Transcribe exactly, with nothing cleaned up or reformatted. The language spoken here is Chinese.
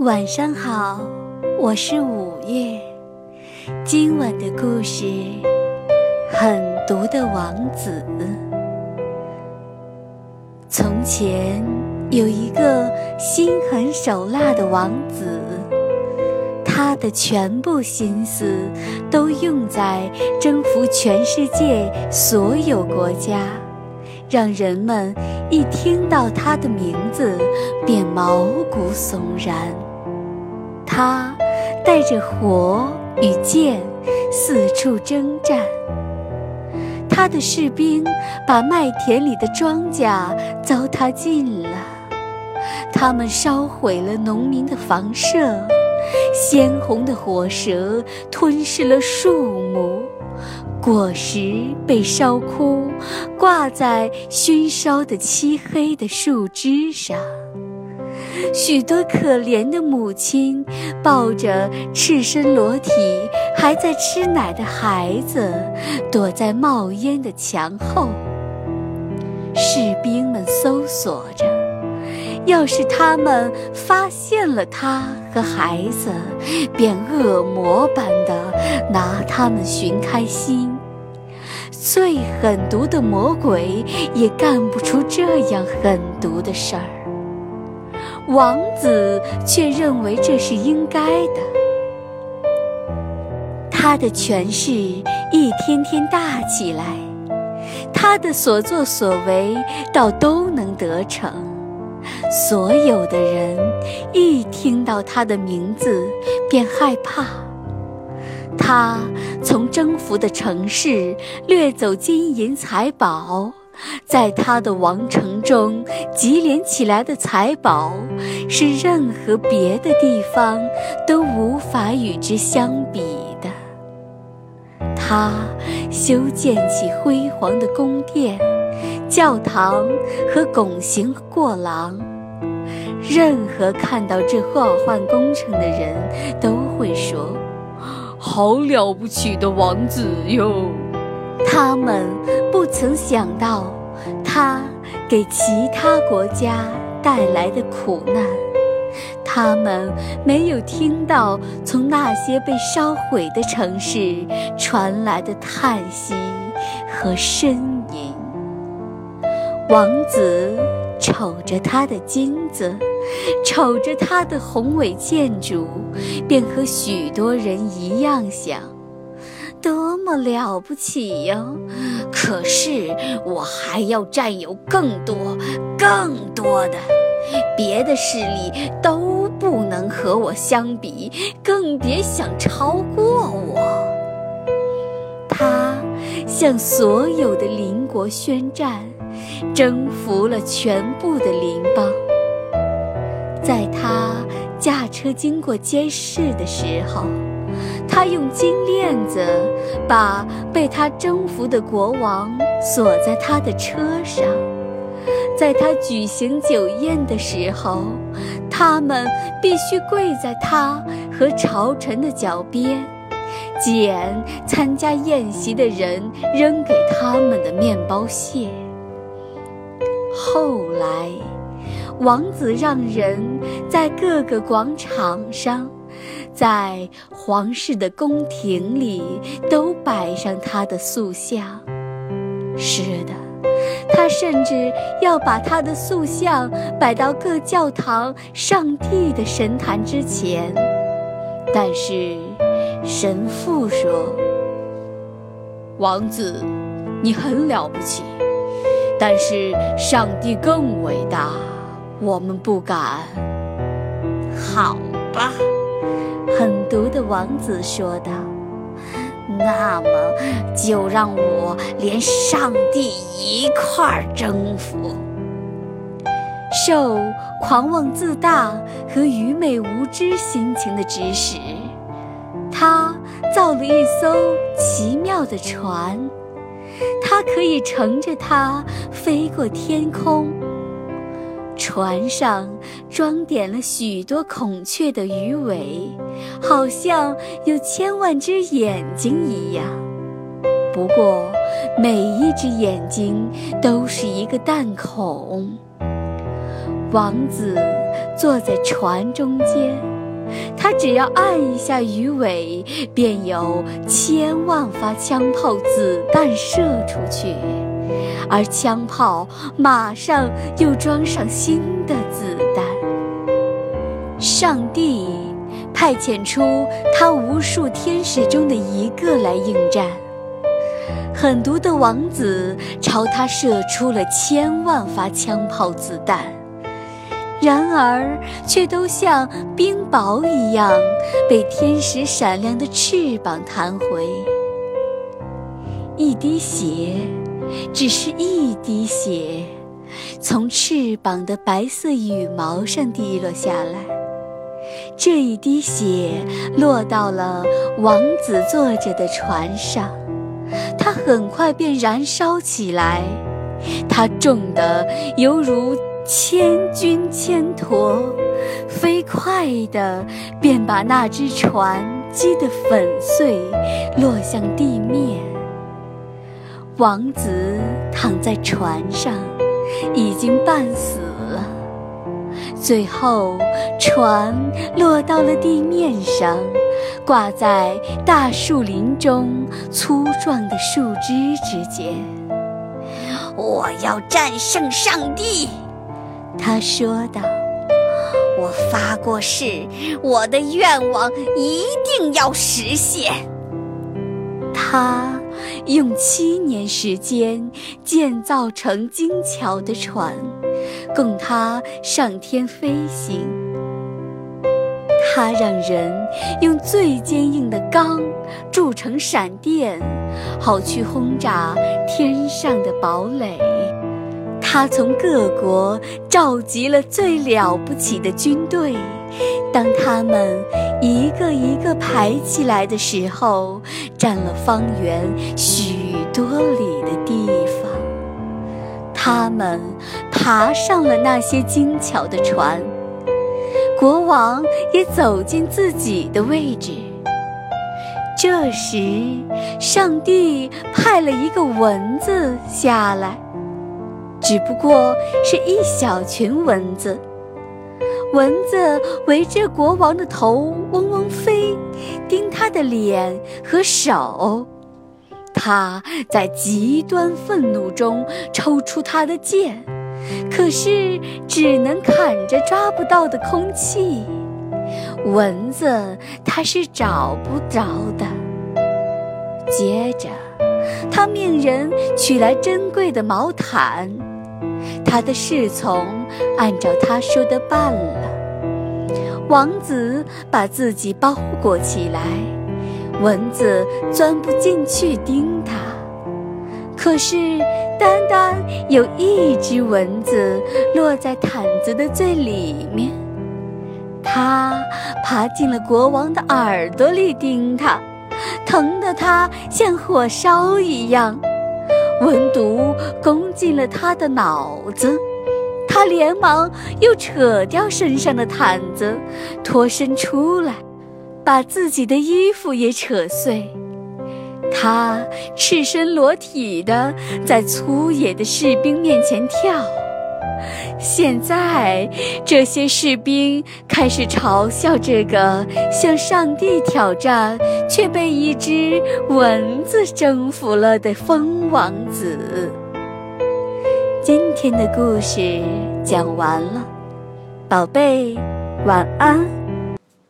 晚上好，我是五月。今晚的故事《狠毒的王子》。从前有一个心狠手辣的王子，他的全部心思都用在征服全世界所有国家，让人们一听到他的名字便毛骨悚然。他带着火与剑四处征战，他的士兵把麦田里的庄稼糟蹋尽了，他们烧毁了农民的房舍，鲜红的火蛇吞噬了树木，果实被烧枯，挂在熏烧的漆黑的树枝上。许多可怜的母亲抱着赤身裸体还在吃奶的孩子，躲在冒烟的墙后。士兵们搜索着，要是他们发现了他和孩子，便恶魔般地拿他们寻开心。最狠毒的魔鬼也干不出这样狠毒的事儿，王子却认为这是应该的。他的权势一天天大起来，他的所作所为倒都能得逞。所有的人一听到他的名字便害怕。他从征服的城市掠走金银财宝，在他的王城中积连起来的财宝是任何别的地方都无法与之相比的。他修建起辉煌的宫殿、教堂和拱形过廊，任何看到这化幻工程的人都会说，好了不起的王子哟。他们不曾想到他给其他国家带来的苦难，他们没有听到从那些被烧毁的城市传来的叹息和呻吟。王子瞅着他的金子，瞅着他的宏伟建筑，便和许多人一样想，多么了不起呀！可是我还要占有更多更多的，别的势力都不能和我相比，更别想超过我。他向所有的邻国宣战，征服了全部的邻邦。在他驾车经过监视的时候，他用金链子把被他征服的国王锁在他的车上。在他举行酒宴的时候，他们必须跪在他和朝臣的脚边，捡参加宴席的人扔给他们的面包屑。后来王子让人在各个广场上，在皇室的宫廷里都摆上他的塑像。是的，他甚至要把他的塑像摆到各教堂上帝的神坛之前。但是神父说，王子，你很了不起，但是上帝更伟大，我们不敢。好吧，狠毒的王子说道，那么就让我连上帝一块儿征服。受狂妄自大和愚昧无知心情的指使，他造了一艘奇妙的船，他可以乘着它飞过天空。船上装点了许多孔雀的鱼尾，好像有千万只眼睛一样。不过每一只眼睛都是一个弹孔。王子坐在船中间， 他只要按一下鱼尾，便有千万发枪炮子弹射出去，而枪炮马上又装上新的子弹。上帝派遣出他无数天使中的一个来应战，狠毒的王子朝他射出了千万发枪炮子弹，然而却都像冰雹一样被天使闪亮的翅膀弹回。一滴血，只是一滴血，从翅膀的白色羽毛上滴落下来。这一滴血落到了王子坐着的船上，它很快便燃烧起来，它重得犹如千钧千驮，飞快地便把那只船击得粉碎，落向地面。王子躺在船上，已经半死了。最后，船落到了地面上，挂在大树林中粗壮的树枝之间。 我要战胜上帝， 他说道。 我发过誓，我的愿望一定要实现。 他用七年时间建造成精巧的船，供他上天飞行。他让人用最坚硬的钢铸成闪电，好去轰炸天上的堡垒。他从各国召集了最了不起的军队，当他们一个一个排起来的时候，占了方圆许多里的地方。他们爬上了那些精巧的船，国王也走进自己的位置。这时，上帝派了一个蚊子下来，只不过是一小群蚊子。蚊子围着国王的头嗡嗡飞，叮他的脸和手。他在极端愤怒中抽出他的剑，可是只能砍着抓不到的空气。蚊子他是找不着的。接着，他命人取来珍贵的毛毯，他的侍从按照他说的办了。王子把自己包裹起来，蚊子钻不进去叮他。可是单单有一只蚊子落在毯子的最里面，它爬进了国王的耳朵里叮他，疼得他像火烧一样。蚊毒攻进了他的脑子，他连忙又扯掉身上的毯子，脱身出来，把自己的衣服也扯碎。他赤身裸体地在粗野的士兵面前跳。现在，这些士兵开始嘲笑这个向上帝挑战却被一只蚊子征服了的疯王子。今天的故事讲完了，宝贝，晚安。